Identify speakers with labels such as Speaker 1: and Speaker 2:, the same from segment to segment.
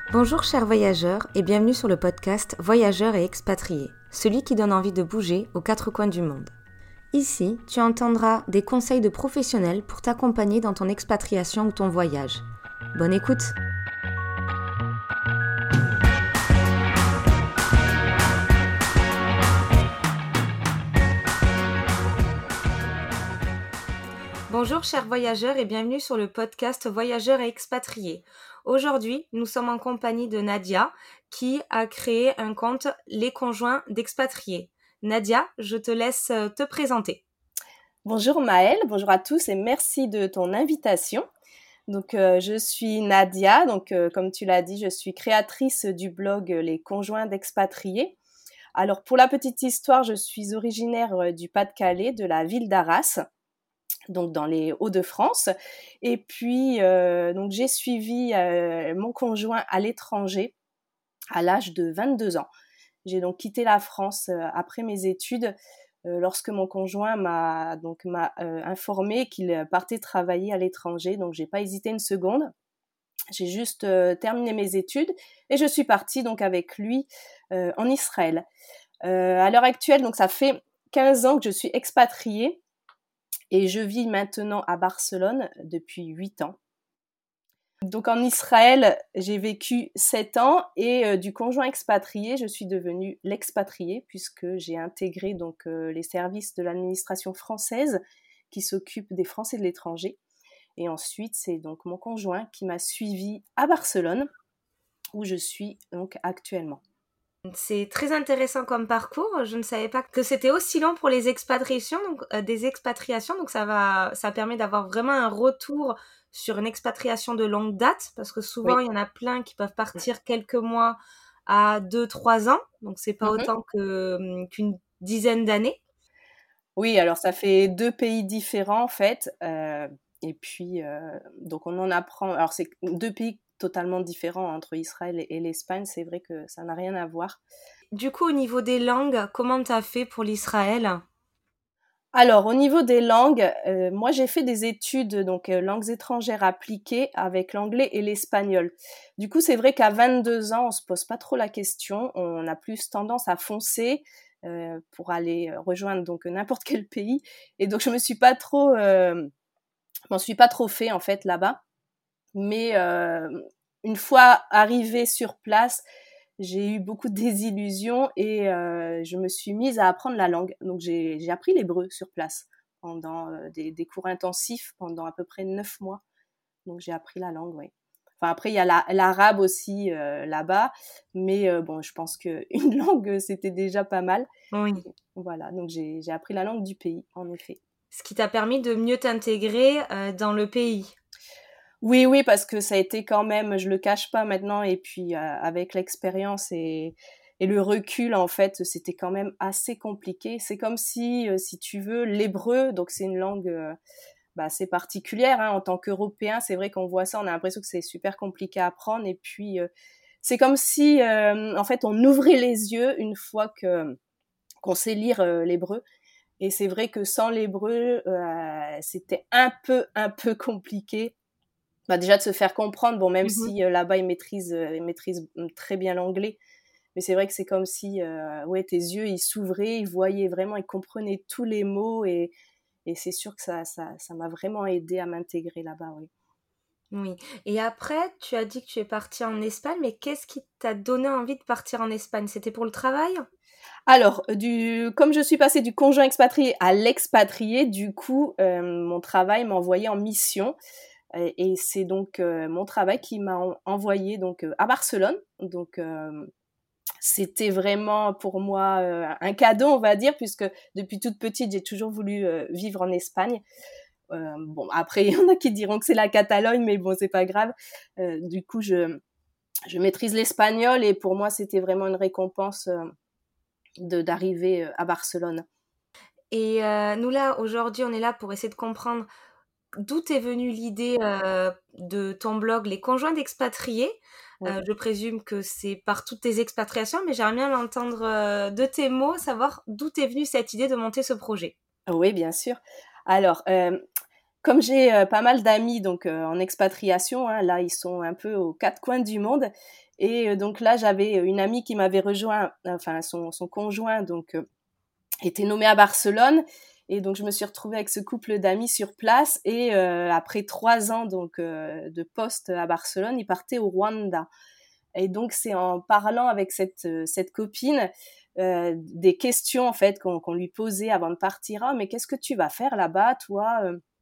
Speaker 1: Bonjour chers voyageurs et bienvenue sur le podcast Voyageurs et expatriés, celui qui donne envie de bouger aux quatre coins du monde. Ici, tu entendras des conseils de professionnels pour t'accompagner dans ton expatriation ou ton voyage. Bonne écoute! Bonjour chers voyageurs et bienvenue sur le podcast Voyageurs et expatriés. Aujourd'hui, nous sommes en compagnie de Nadia qui a créé un compte Les Conjoints d'expatriés. Nadia, je te laisse te présenter.
Speaker 2: Bonjour Maëlle, bonjour à tous et merci de ton invitation. Je suis Nadia, comme tu l'as dit, je suis créatrice du blog Les Conjoints d'expatriés. Alors pour la petite histoire, je suis originaire du Pas-de-Calais, de la ville d'Arras, donc dans les Hauts-de-France. Et puis j'ai suivi mon conjoint à l'étranger à l'âge de 22 ans. J'ai donc quitté la France après mes études lorsque mon conjoint m'a informé qu'il partait travailler à l'étranger. Donc j'ai pas hésité une seconde. J'ai juste terminé mes études et je suis partie donc avec lui en Israël. À l'heure actuelle, donc ça fait 15 ans que je suis expatriée et je vis maintenant à Barcelone depuis 8 ans. Donc en Israël, j'ai vécu 7 ans et du conjoint expatrié, je suis devenue l'expatriée puisque j'ai intégré les services de l'administration française qui s'occupe des Français de l'étranger. Et ensuite, c'est donc mon conjoint qui m'a suivie à Barcelone où je suis donc actuellement.
Speaker 1: C'est très intéressant comme parcours. Je ne savais pas que c'était aussi long pour les expatriations, des expatriations. Donc ça permet d'avoir vraiment un retour sur une expatriation de longue date, parce que souvent il y en a plein qui peuvent partir quelques mois à 2-3 ans. Donc c'est pas autant qu'une dizaine d'années.
Speaker 2: Oui, alors ça fait 2 pays différents en fait. Et puis donc on en apprend. Alors c'est 2 pays totalement différents entre Israël et l'Espagne. C'est vrai que ça n'a rien à voir.
Speaker 1: Du coup, au niveau des langues, comment t'as fait pour l'Israël ?
Speaker 2: Alors, au niveau des langues, moi j'ai fait des études langues étrangères appliquées avec l'anglais et l'espagnol. Du coup, c'est vrai qu'à 22 ans, on se pose pas trop la question, on a plus tendance à foncer pour aller rejoindre donc n'importe quel pays. Et donc je m'en suis pas trop fait en fait là-bas. Mais une fois arrivée sur place, j'ai eu beaucoup de désillusions et je me suis mise à apprendre la langue. Donc j'ai appris l'hébreu sur place pendant des cours intensifs pendant à peu près 9 mois. Donc j'ai appris la langue, oui. Enfin après il y a l'arabe aussi là-bas, mais bon je pense qu'une langue c'était déjà pas mal.
Speaker 1: Oui.
Speaker 2: Voilà, donc j'ai appris la langue du pays en effet.
Speaker 1: Ce qui t'a permis de mieux t'intégrer dans le pays.
Speaker 2: Oui, parce que ça a été quand même, je le cache pas maintenant, et puis avec l'expérience et le recul, en fait, c'était quand même assez compliqué. C'est comme si tu veux, l'hébreu, donc c'est une langue assez particulière, hein, en tant qu'Européen, c'est vrai qu'on voit ça, on a l'impression que c'est super compliqué à apprendre, et puis c'est comme si, en fait, on ouvrait les yeux une fois qu'on sait lire l'hébreu. Et c'est vrai que sans l'hébreu, c'était un peu compliqué. Déjà de se faire comprendre, bon même si là-bas ils maîtrisent très bien l'anglais, mais c'est vrai que c'est comme si tes yeux ils s'ouvraient, ils voyaient vraiment, ils comprenaient tous les mots et c'est sûr que ça m'a vraiment aidé à m'intégrer là-bas, oui.
Speaker 1: Oui. Et après, tu as dit que tu es partie en Espagne, mais qu'est-ce qui t'a donné envie de partir en Espagne ? C'était pour le travail ?
Speaker 2: Alors, comme je suis passée du conjoint expatrié à l'expatrié, du coup, mon travail m'a envoyée en mission. Et c'est donc mon travail qui m'a envoyée à Barcelone. Donc, c'était vraiment pour moi un cadeau, on va dire, puisque depuis toute petite, j'ai toujours voulu vivre en Espagne. Bon, après, il y en a qui diront que c'est la Catalogne, mais bon, c'est pas grave. Du coup, je maîtrise l'espagnol et pour moi, c'était vraiment une récompense d'arriver à Barcelone.
Speaker 1: Et nous là, aujourd'hui, on est là pour essayer de comprendre d'où est venue l'idée de ton blog Les Conjoints d'expatriés.
Speaker 2: Oui.
Speaker 1: Je présume que c'est par toutes tes expatriations, mais j'aimerais bien l'entendre de tes mots, savoir d'où est venue cette idée de monter ce projet.
Speaker 2: Oui, bien sûr. Alors, comme j'ai pas mal d'amis donc en expatriation, hein, là ils sont un peu aux quatre coins du monde. Et donc là, j'avais une amie qui m'avait rejoint, enfin son conjoint donc était nommé à Barcelone. Et donc je me suis retrouvée avec ce couple d'amis sur place. Et après 3 ans donc de poste à Barcelone, ils partaient au Rwanda. Et donc c'est en parlant avec cette copine des questions en fait qu'on lui posait avant de partir. Ah, mais qu'est-ce que tu vas faire là-bas, toi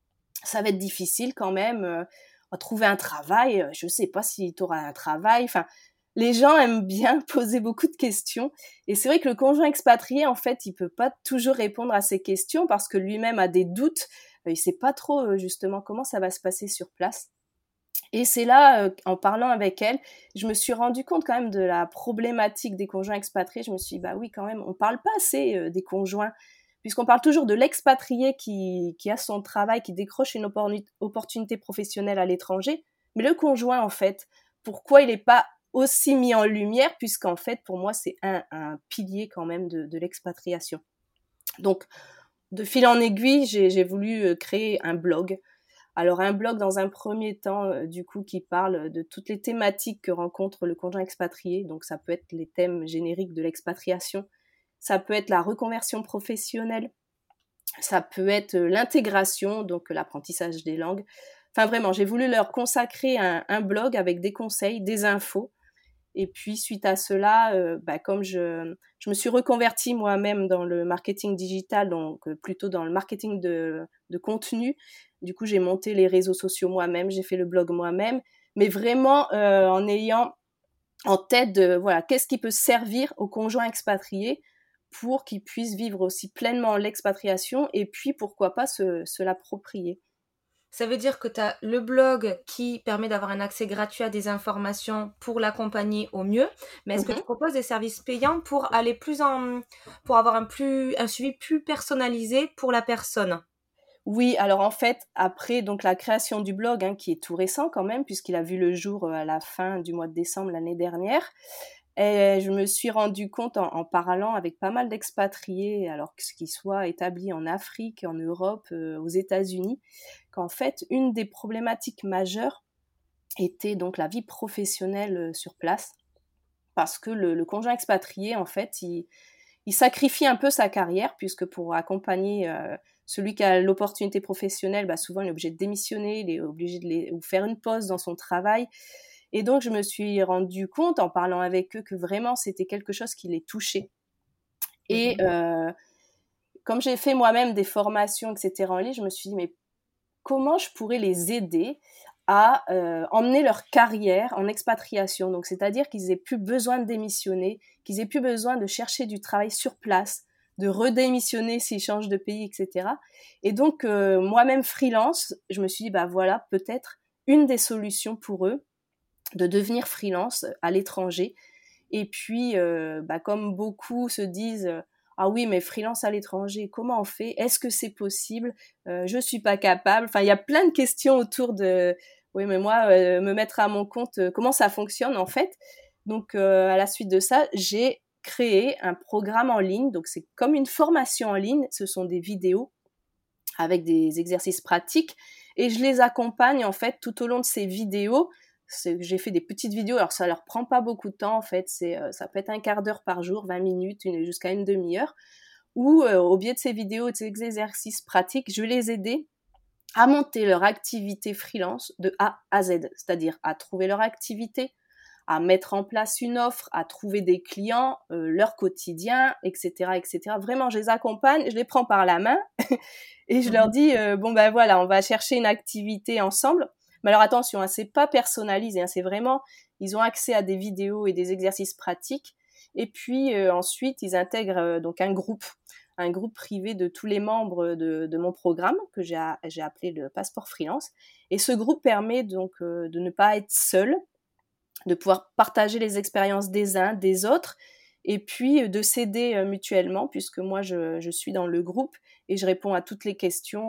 Speaker 2: ça va être difficile quand même trouver un travail. Je sais pas si tu auras un travail. Enfin, les gens aiment bien poser beaucoup de questions. Et c'est vrai que le conjoint expatrié, en fait, il peut pas toujours répondre à ces questions parce que lui-même a des doutes. Il sait pas trop justement comment ça va se passer sur place. Et c'est là, en parlant avec elle, je me suis rendu compte quand même de la problématique des conjoints expatriés. Je me suis dit, bah oui, quand même, on parle pas assez des conjoints, puisqu'on parle toujours de l'expatrié qui a son travail, qui décroche une opportunité professionnelle à l'étranger. Mais le conjoint, en fait, pourquoi il n'est pas aussi mis en lumière, puisqu'en fait, pour moi, c'est un pilier quand même de l'expatriation. Donc, de fil en aiguille, j'ai voulu créer un blog. Alors un blog dans un premier temps, du coup, qui parle de toutes les thématiques que rencontre le conjoint expatrié. Donc ça peut être les thèmes génériques de l'expatriation, ça peut être la reconversion professionnelle, ça peut être l'intégration, donc l'apprentissage des langues. Enfin vraiment, j'ai voulu leur consacrer un blog avec des conseils, des infos. Et puis suite à cela, comme je me suis reconvertie moi-même dans le marketing digital, donc plutôt dans le marketing de contenu. Du coup, j'ai monté les réseaux sociaux moi-même, j'ai fait le blog moi-même, mais vraiment en ayant en tête de voilà qu'est-ce qui peut servir aux conjoints expatriés pour qu'ils puissent vivre aussi pleinement l'expatriation et puis pourquoi pas se l'approprier.
Speaker 1: Ça veut dire que tu as le blog qui permet d'avoir un accès gratuit à des informations pour l'accompagner au mieux, mais est-ce que tu
Speaker 2: Mhm.
Speaker 1: proposes des services payants pour aller pour avoir un suivi plus personnalisé pour la personne?
Speaker 2: Oui, alors en fait, après donc la création du blog, hein, qui est tout récent quand même, puisqu'il a vu le jour à la fin du mois de décembre l'année dernière, et je me suis rendu compte en parlant avec pas mal d'expatriés, alors qu'ils soient établis en Afrique, en Europe, aux États-Unis, qu'en fait, une des problématiques majeures était donc la vie professionnelle sur place, parce que le conjoint expatrié, en fait, il sacrifie un peu sa carrière, puisque pour accompagner celui qui a l'opportunité professionnelle, bah souvent il est obligé de démissionner, il est obligé ou faire une pause dans son travail. Et donc je me suis rendu compte en parlant avec eux que vraiment c'était quelque chose qui les touchait. Et
Speaker 1: Mhm.
Speaker 2: comme j'ai fait moi-même des formations, etc. en ligne, je me suis dit mais comment je pourrais les aider à emmener leur carrière en expatriation. Donc, c'est-à-dire qu'ils aient plus besoin de démissionner, qu'ils aient plus besoin de chercher du travail sur place, de redémissionner s'ils changent de pays, etc. Et donc, moi-même freelance, je me suis dit, bah voilà, peut-être une des solutions pour eux de devenir freelance à l'étranger. Et puis, comme beaucoup se disent, ah oui, mais freelance à l'étranger, comment on fait? Est-ce que c'est possible? Je suis pas capable. Enfin, il y a plein de questions autour de, oui, mais moi, me mettre à mon compte, comment ça fonctionne en fait? Donc, à la suite de ça, j'ai créé un programme en ligne. Donc, c'est comme une formation en ligne. Ce sont des vidéos avec des exercices pratiques et je les accompagne en fait tout au long de ces vidéos. J'ai fait des petites vidéos, alors ça leur prend pas beaucoup de temps en fait, ça peut être un quart d'heure par jour, 20 minutes, jusqu'à une demi-heure, où au biais de ces vidéos et de ces exercices pratiques, je vais les aider à monter leur activité freelance de A à Z, c'est-à-dire à trouver leur activité, à mettre en place une offre, à trouver des clients, leur quotidien, etc., etc. Vraiment, je les accompagne, je les prends par la main et je leur
Speaker 1: Mhm.
Speaker 2: dis bon ben voilà, on va chercher une activité ensemble. Mais alors attention, hein, c'est pas personnalisé, hein, c'est vraiment ils ont accès à des vidéos et des exercices pratiques. Et puis ensuite, ils intègrent donc un groupe privé de tous les membres de mon programme que j'ai appelé le Passeport Freelance. Et ce groupe permet donc de ne pas être seul, de pouvoir partager les expériences des uns, des autres, et puis de s'aider mutuellement, puisque moi je suis dans le groupe et je réponds à toutes les questions.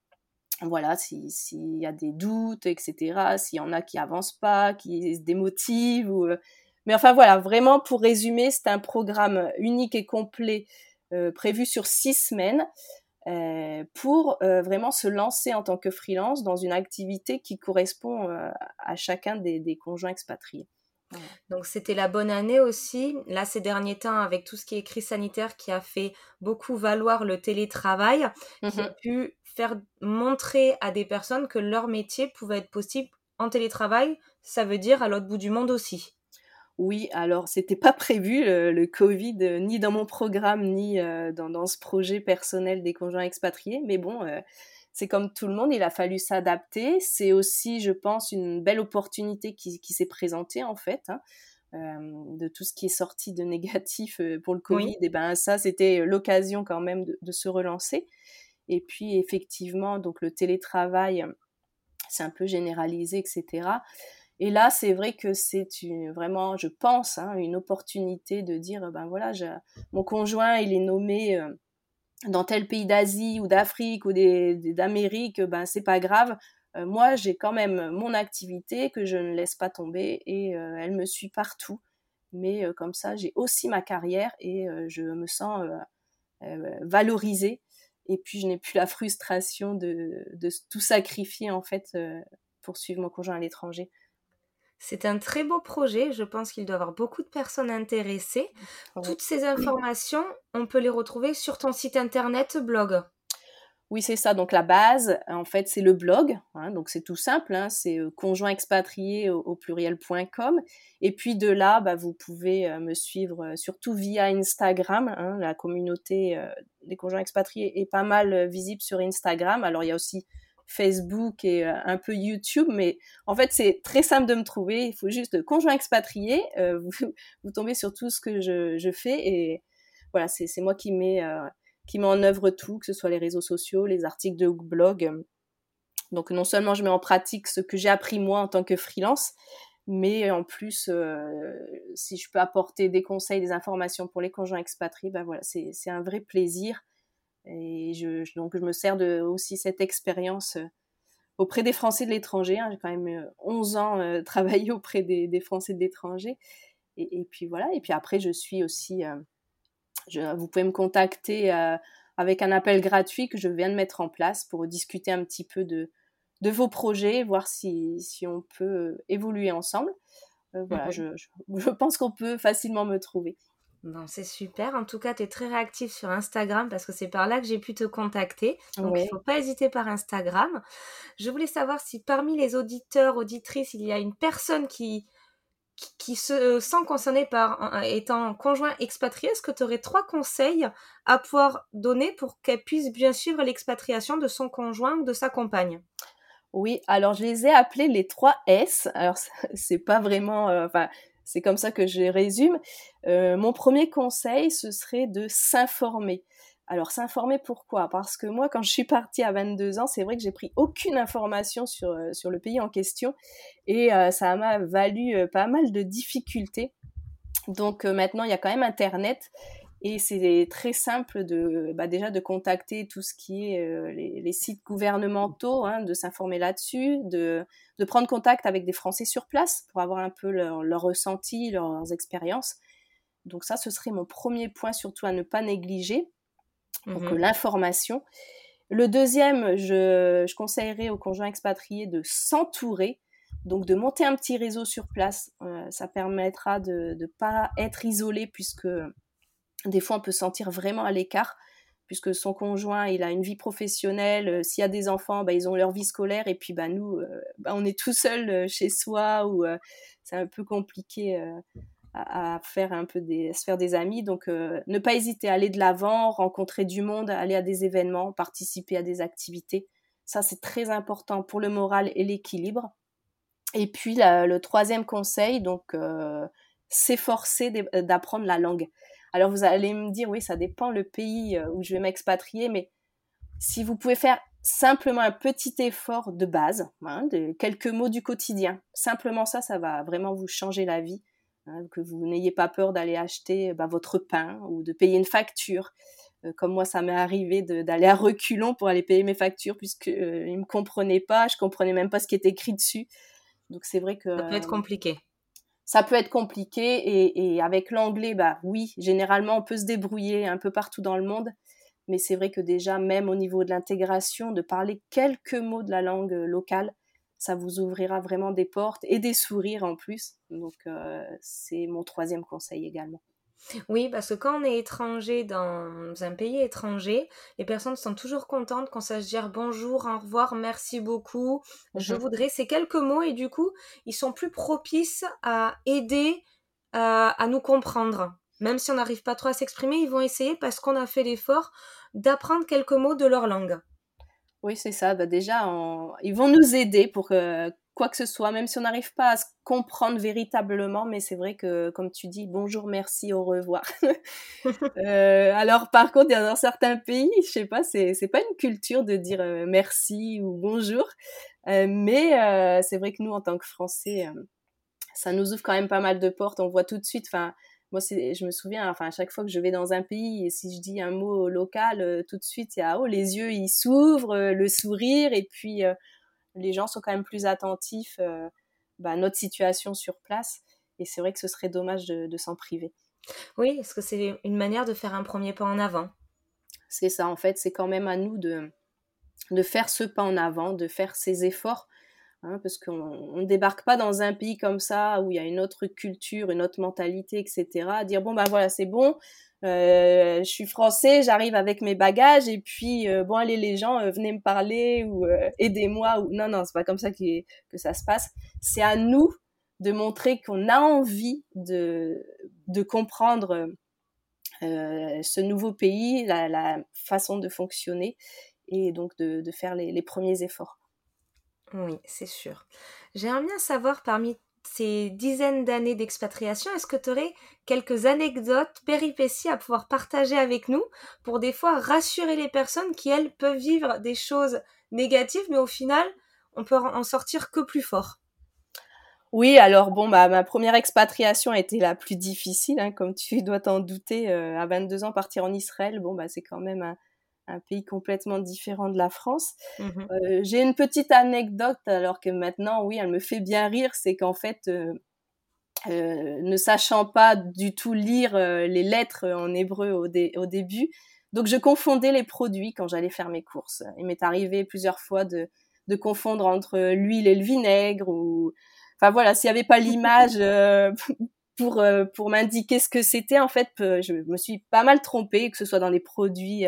Speaker 2: Voilà, s'il y a des doutes, etc., s'il y en a qui avancent pas, qui se démotivent. Mais enfin voilà, vraiment pour résumer, c'est un programme unique et complet prévu sur 6 semaines pour vraiment se lancer en tant que freelance dans une activité qui correspond à chacun des conjoints expatriés. Voilà.
Speaker 1: Donc c'était la bonne année aussi, là ces derniers temps avec tout ce qui est crise sanitaire qui a fait beaucoup valoir le télétravail, qui a
Speaker 2: Mhm.
Speaker 1: pu faire montrer à des personnes que leur métier pouvait être possible en télétravail, ça veut dire à l'autre bout du monde aussi.
Speaker 2: Oui, alors c'était pas prévu le Covid, ni dans mon programme, ni dans ce projet personnel des conjoints expatriés. Mais bon, c'est comme tout le monde, il a fallu s'adapter. C'est aussi, je pense, une belle opportunité qui s'est présentée en fait. Hein. De tout ce qui est sorti de négatif pour le
Speaker 1: Oui.
Speaker 2: Covid, et ben ça, c'était l'occasion quand même de se relancer. Et puis effectivement, donc le télétravail, c'est un peu généralisé, etc. Et là, c'est vrai que vraiment, je pense, hein, une opportunité de dire, ben voilà, mon conjoint, il est nommé dans tel pays d'Asie ou d'Afrique ou d'Amérique, ben c'est pas grave. Moi, j'ai quand même mon activité que je ne laisse pas tomber et elle me suit partout. Mais comme ça, j'ai aussi ma carrière et je me sens valorisée. Et puis, je n'ai plus la frustration de tout sacrifier en fait pour suivre mon conjoint à l'étranger.
Speaker 1: C'est un très beau projet, je pense qu'il doit y avoir beaucoup de personnes intéressées.
Speaker 2: Ouais.
Speaker 1: Toutes ces informations, on peut les retrouver sur ton site internet blog.
Speaker 2: Oui, c'est ça. Donc la base, en fait, c'est le blog. Hein, donc c'est tout simple. Hein, c'est conjointexpatrié au pluriel.com. Et puis de là, bah, vous pouvez me suivre surtout via Instagram. Hein, la communauté des conjoints expatriés est pas mal visible sur Instagram. Alors il y a aussi Facebook et un peu YouTube, mais en fait c'est très simple de me trouver. Il faut juste conjoint expatrié. Vous tombez sur tout ce que je fais et voilà, c'est moi qui met en œuvre tout, que ce soit les réseaux sociaux, les articles de blog. Donc non seulement je mets en pratique ce que j'ai appris moi en tant que freelance, mais en plus, si je peux apporter des conseils, des informations pour les conjoints expatriés, ben voilà, c'est un vrai plaisir. Et donc je me sers de aussi cette expérience auprès des Français de l'étranger. Hein. J'ai quand même 11 ans travaillé auprès des Français de l'étranger. Et puis voilà. Et puis après, je suis aussi vous pouvez me contacter avec un appel gratuit que je viens de mettre en place pour discuter un petit peu de vos projets, voir si on peut évoluer ensemble. Voilà,
Speaker 1: Mhm.
Speaker 2: je pense qu'on peut facilement me trouver.
Speaker 1: Bon, c'est super. En tout cas, tu es très réactif sur Instagram parce que c'est par là que j'ai pu te contacter. Donc, il
Speaker 2: Ouais.
Speaker 1: faut pas hésiter par Instagram. Je voulais savoir si parmi les auditeurs, auditrices, il y a une personne qui se sent concernée par étant conjoint expatrié. Est-ce que tu aurais 3 conseils à pouvoir donner pour qu'elle puisse bien suivre l'expatriation de son conjoint ou de sa compagne?
Speaker 2: Oui, alors je les ai appelés les 3 S. Alors c'est pas vraiment, enfin c'est comme ça que je les résume. Mon premier conseil, ce serait de s'informer. Alors s'informer pourquoi? Parce que moi, quand je suis partie à 22 ans, c'est vrai que j'ai pris aucune information sur le pays en question et ça m'a valu pas mal de difficultés. Donc maintenant, il y a quand même Internet et c'est très simple déjà de contacter tout ce qui est les sites gouvernementaux, hein, de s'informer là-dessus, de prendre contact avec des Français sur place pour avoir un peu leur ressenti, leurs expériences. Donc ça, ce serait mon premier point surtout à ne pas négliger. Donc
Speaker 1: Mhm.
Speaker 2: l'information. Le deuxième, je conseillerais aux conjoints expatriés de s'entourer, donc de monter un petit réseau sur place. Ça permettra de ne pas être isolé puisque des fois on peut se sentir vraiment à l'écart puisque son conjoint il a une vie professionnelle, s'il y a des enfants, bah, ils ont leur vie scolaire et puis bah, nous, bah, on est tout seul chez soi ou c'est un peu compliqué à faire à se faire des amis. Donc, ne pas hésiter à aller de l'avant, rencontrer du monde, aller à des événements, participer à des activités. Ça, c'est très important pour le moral et l'équilibre. Et puis, le troisième conseil, donc, s'efforcer d'apprendre la langue. Alors, vous allez me dire, oui, ça dépend le pays où je vais m'expatrier, mais si vous pouvez faire simplement un petit effort de base, hein, de quelques mots du quotidien, simplement ça, ça va vraiment vous changer la vie. Hein, que vous n'ayez pas peur d'aller acheter votre pain ou de payer une facture. Comme moi, ça m'est arrivé d'aller à reculons pour aller payer mes factures puisque ils me comprenaient pas, je comprenais même pas ce qui était écrit dessus. Donc c'est vrai que
Speaker 1: Ça peut être compliqué.
Speaker 2: ça peut être compliqué et avec l'anglais, bah oui, généralement on peut se débrouiller un peu partout dans le monde. Mais c'est vrai que déjà, même au niveau de l'intégration, de parler quelques mots de la langue locale, ça vous ouvrira vraiment des portes et des sourires en plus. Donc, c'est mon troisième conseil également.
Speaker 1: Oui, parce que quand on est étranger dans un pays étranger, les personnes sont toujours contentes qu'on sache dire bonjour, au revoir, merci beaucoup, je
Speaker 2: Mhm.
Speaker 1: voudrais, ces quelques mots et du coup, ils sont plus propices à aider à nous comprendre. Même si on n'arrive pas trop à s'exprimer, ils vont essayer parce qu'on a fait l'effort d'apprendre quelques mots de leur langue.
Speaker 2: Oui, c'est ça. Bah déjà, ils vont nous aider pour quoi que ce soit, même si on n'arrive pas à se comprendre véritablement. Mais c'est vrai que, comme tu dis, bonjour, merci, au revoir. Alors, par contre, dans certains pays, je sais pas, c'est pas une culture de dire merci ou bonjour. Mais c'est vrai que nous, en tant que Français, ça nous ouvre quand même pas mal de portes. On voit tout de suite. Enfin, moi, je me souviens. Enfin, à chaque fois que je vais dans un pays et si je dis un mot local, tout de suite, il y a les yeux, ils s'ouvrent, le sourire, et puis les gens sont quand même plus attentifs à notre situation sur place. Et c'est vrai que ce serait dommage de s'en priver.
Speaker 1: Oui, parce que c'est une manière de faire un premier pas en avant.
Speaker 2: C'est ça, en fait, c'est quand même à nous de faire ce pas en avant, de faire ces efforts. Hein, parce qu'on ne débarque pas dans un pays comme ça où il y a une autre culture, une autre mentalité, etc. Dire bon bah voilà c'est bon, je suis français, j'arrive avec mes bagages et puis bon allez les gens venez me parler ou aidez-moi ou non c'est pas comme ça que ça se passe. C'est à nous de montrer qu'on a envie de comprendre ce nouveau pays, la façon de fonctionner et donc de faire les premiers efforts.
Speaker 1: Oui, c'est sûr. J'aimerais bien savoir, parmi ces dizaines d'années d'expatriation, est-ce que tu aurais quelques anecdotes, péripéties à pouvoir partager avec nous pour des fois rassurer les personnes qui, elles, peuvent vivre des choses négatives, mais au final, on peut en sortir que plus fort.
Speaker 2: Oui, alors bon, bah, ma première expatriation a été la plus difficile, hein, comme tu dois t'en douter. À 22 ans, partir en Israël, bon, bah, c'est quand même un pays complètement différent de la France.
Speaker 1: Mhm.
Speaker 2: J'ai une petite anecdote, alors que maintenant, oui, elle me fait bien rire, c'est qu'en fait, ne sachant pas du tout lire les lettres en hébreu au début, donc je confondais les produits quand j'allais faire mes courses. Il m'est arrivé plusieurs fois de confondre entre l'huile et le vinaigre ou enfin voilà, s'il n'y avait pas l'image pour m'indiquer ce que c'était, en fait, je me suis pas mal trompée, que ce soit dans les produits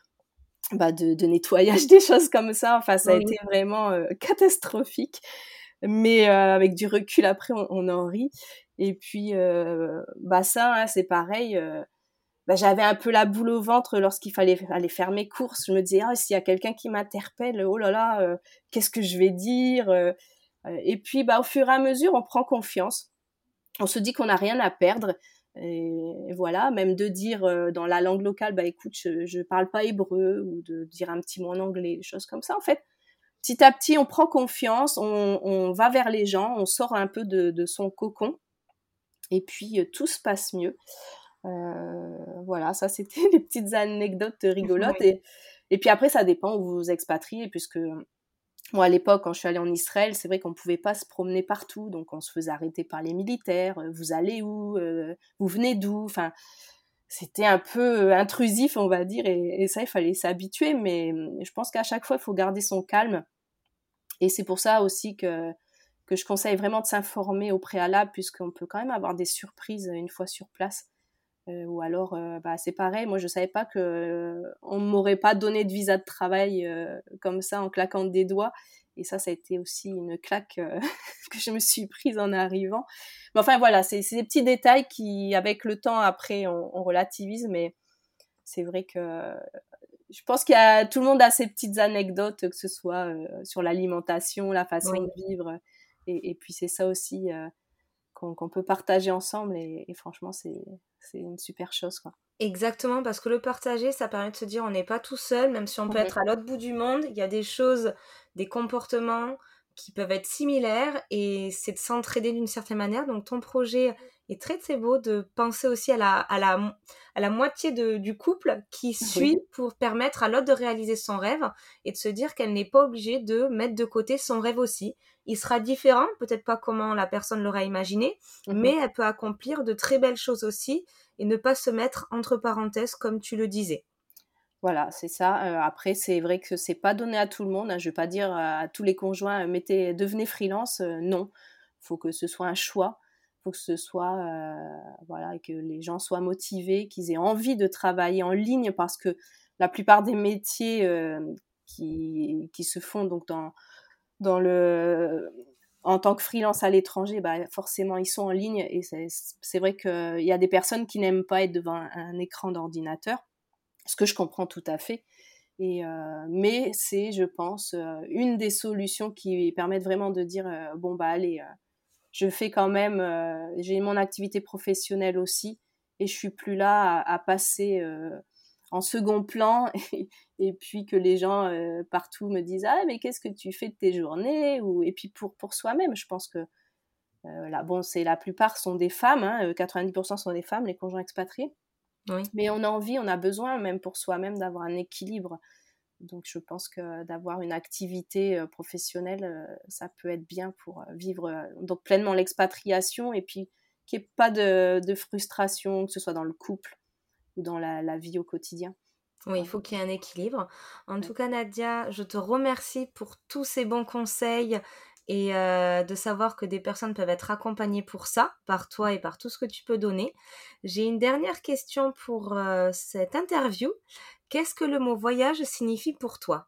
Speaker 2: de nettoyage, des choses comme ça. Enfin, ça a
Speaker 1: Oui.
Speaker 2: été vraiment catastrophique. Mais avec du recul, après, on en rit. Et puis, ça, hein, c'est pareil. J'avais un peu la boule au ventre lorsqu'il fallait aller faire mes courses. Je me disais, ah, s'il y a quelqu'un qui m'interpelle, oh là là, qu'est-ce que je vais dire Et puis, au fur et à mesure, on prend confiance. On se dit qu'on n'a rien à perdre. Et voilà, même de dire dans la langue locale, écoute, je parle pas hébreu, ou de dire un petit mot en anglais, des choses comme ça. En fait, petit à petit, on prend confiance, on va vers les gens, on sort un peu de son cocon, et puis tout se passe mieux. Voilà, ça c'était les petites anecdotes rigolotes.
Speaker 1: Oui.
Speaker 2: Et puis après, ça dépend où vous vous expatriez, puisque moi, à l'époque, quand je suis allée en Israël, c'est vrai qu'on ne pouvait pas se promener partout, donc on se faisait arrêter par les militaires. Vous allez où Vous venez d'où Enfin, c'était un peu intrusif, on va dire, et ça, il fallait s'habituer. Mais je pense qu'à chaque fois, il faut garder son calme. Et c'est pour ça aussi que je conseille vraiment de s'informer au préalable, puisqu'on peut quand même avoir des surprises une fois sur place. Ou alors, c'est pareil, moi je savais pas que on m'aurait pas donné de visa de travail comme ça en claquant des doigts. Et ça a été aussi une claque que je me suis prise en arrivant. Mais enfin voilà, c'est des petits détails qui, avec le temps, après, on relativise. Mais c'est vrai que je pense tout le monde a ses petites anecdotes, que ce soit sur l'alimentation, la façon
Speaker 1: Oui.
Speaker 2: de vivre. Et puis c'est ça aussi qu'on peut partager ensemble. Et franchement, c'est une super chose, quoi.
Speaker 1: Exactement, parce que le partager, ça permet de se dire on n'est pas tout seul, même si on peut
Speaker 2: Mhm.
Speaker 1: être à l'autre bout du monde, il y a des choses, des comportements qui peuvent être similaires et c'est de s'entraider d'une certaine manière. Donc ton projet est très très beau de penser aussi à la moitié du couple qui
Speaker 2: Oui.
Speaker 1: suit pour permettre à l'autre de réaliser son rêve et de se dire qu'elle n'est pas obligée de mettre de côté son rêve aussi. Il sera différent, peut-être pas comment la personne l'aurait imaginé, mais
Speaker 2: Mhm.
Speaker 1: elle peut accomplir de très belles choses aussi et ne pas se mettre entre parenthèses comme tu le disais.
Speaker 2: Voilà, c'est ça. Après, c'est vrai que c'est pas donné à tout le monde, hein. Je vais pas dire à tous les conjoints, devenez freelance, non. Faut que ce soit un choix. Faut que ce soit, voilà, que les gens soient motivés, qu'ils aient envie de travailler en ligne parce que la plupart des métiers, qui se font donc dans le en tant que freelance à l'étranger, bah, forcément, ils sont en ligne et c'est vrai qu'il y a des personnes qui n'aiment pas être devant un écran d'ordinateur, ce que je comprends tout à fait. Mais c'est, je pense, une des solutions qui permettent vraiment de dire bon bah allez, je fais quand même, j'ai mon activité professionnelle aussi, et je suis plus là à passer en second plan et puis que les gens partout me disent ah mais qu'est-ce que tu fais de tes journées, ou et puis pour soi-même, je pense que là bon c'est la plupart sont des femmes, hein, 90% sont des femmes, les conjoints expatriés.
Speaker 1: Oui.
Speaker 2: Mais on a envie, on a besoin, même pour soi-même, d'avoir un équilibre. Donc, je pense que d'avoir une activité professionnelle, ça peut être bien pour vivre donc pleinement l'expatriation, et puis qu'il n'y ait pas de frustration, que ce soit dans le couple ou dans la vie au quotidien.
Speaker 1: Oui, il
Speaker 2: Voilà.
Speaker 1: faut qu'il y ait un équilibre. En
Speaker 2: Ouais.
Speaker 1: tout cas, Nadia, je te remercie pour tous ces bons conseils et de savoir que des personnes peuvent être accompagnées pour ça, par toi et par tout ce que tu peux donner. J'ai une dernière question pour cette interview. Qu'est-ce que le mot voyage signifie pour toi?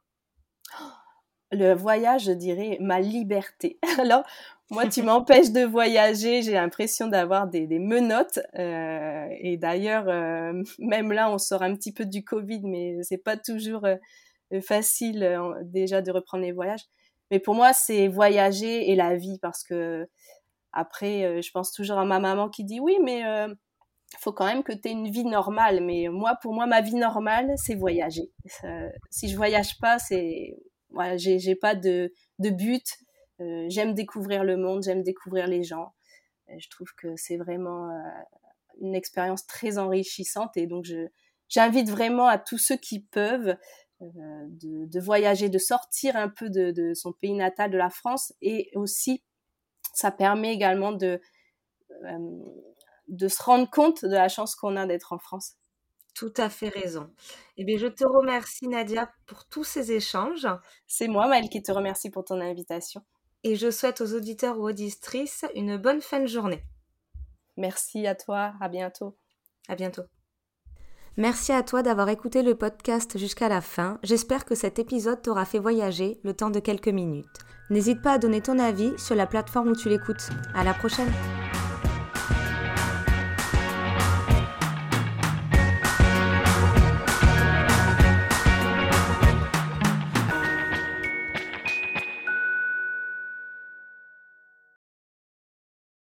Speaker 2: Le voyage, je dirais ma liberté. Alors, moi, tu m'empêches de voyager, j'ai l'impression d'avoir des menottes. Et d'ailleurs, même là, on sort un petit peu du Covid, mais c'est pas toujours facile déjà de reprendre les voyages. Mais pour moi, c'est voyager et la vie, parce que après, je pense toujours à ma maman qui dit oui, mais faut quand même que tu aies une vie normale. Mais moi, pour moi, ma vie normale, c'est voyager. Si je voyage pas, c'est voilà, j'ai pas de but. J'aime découvrir le monde, j'aime découvrir les gens. Je trouve que c'est vraiment une expérience très enrichissante, et donc j'invite vraiment à tous ceux qui peuvent de voyager, de sortir un peu de son pays natal, de la France, et aussi ça permet également euh, de se rendre compte de la chance qu'on a d'être en France.
Speaker 1: Tout à fait raison. Eh bien, je te remercie, Nadia, pour tous ces échanges
Speaker 2: C'est moi, Maëlle, qui te remercie pour ton invitation.
Speaker 1: et je souhaite aux auditeurs ou auditrices une bonne fin de journée.
Speaker 2: Merci à toi, à bientôt.
Speaker 1: À bientôt. Merci à toi d'avoir écouté le podcast jusqu'à la fin. J'espère que cet épisode t'aura fait voyager le temps de quelques minutes. N'hésite pas à donner ton avis sur la plateforme où tu l'écoutes. À la prochaine!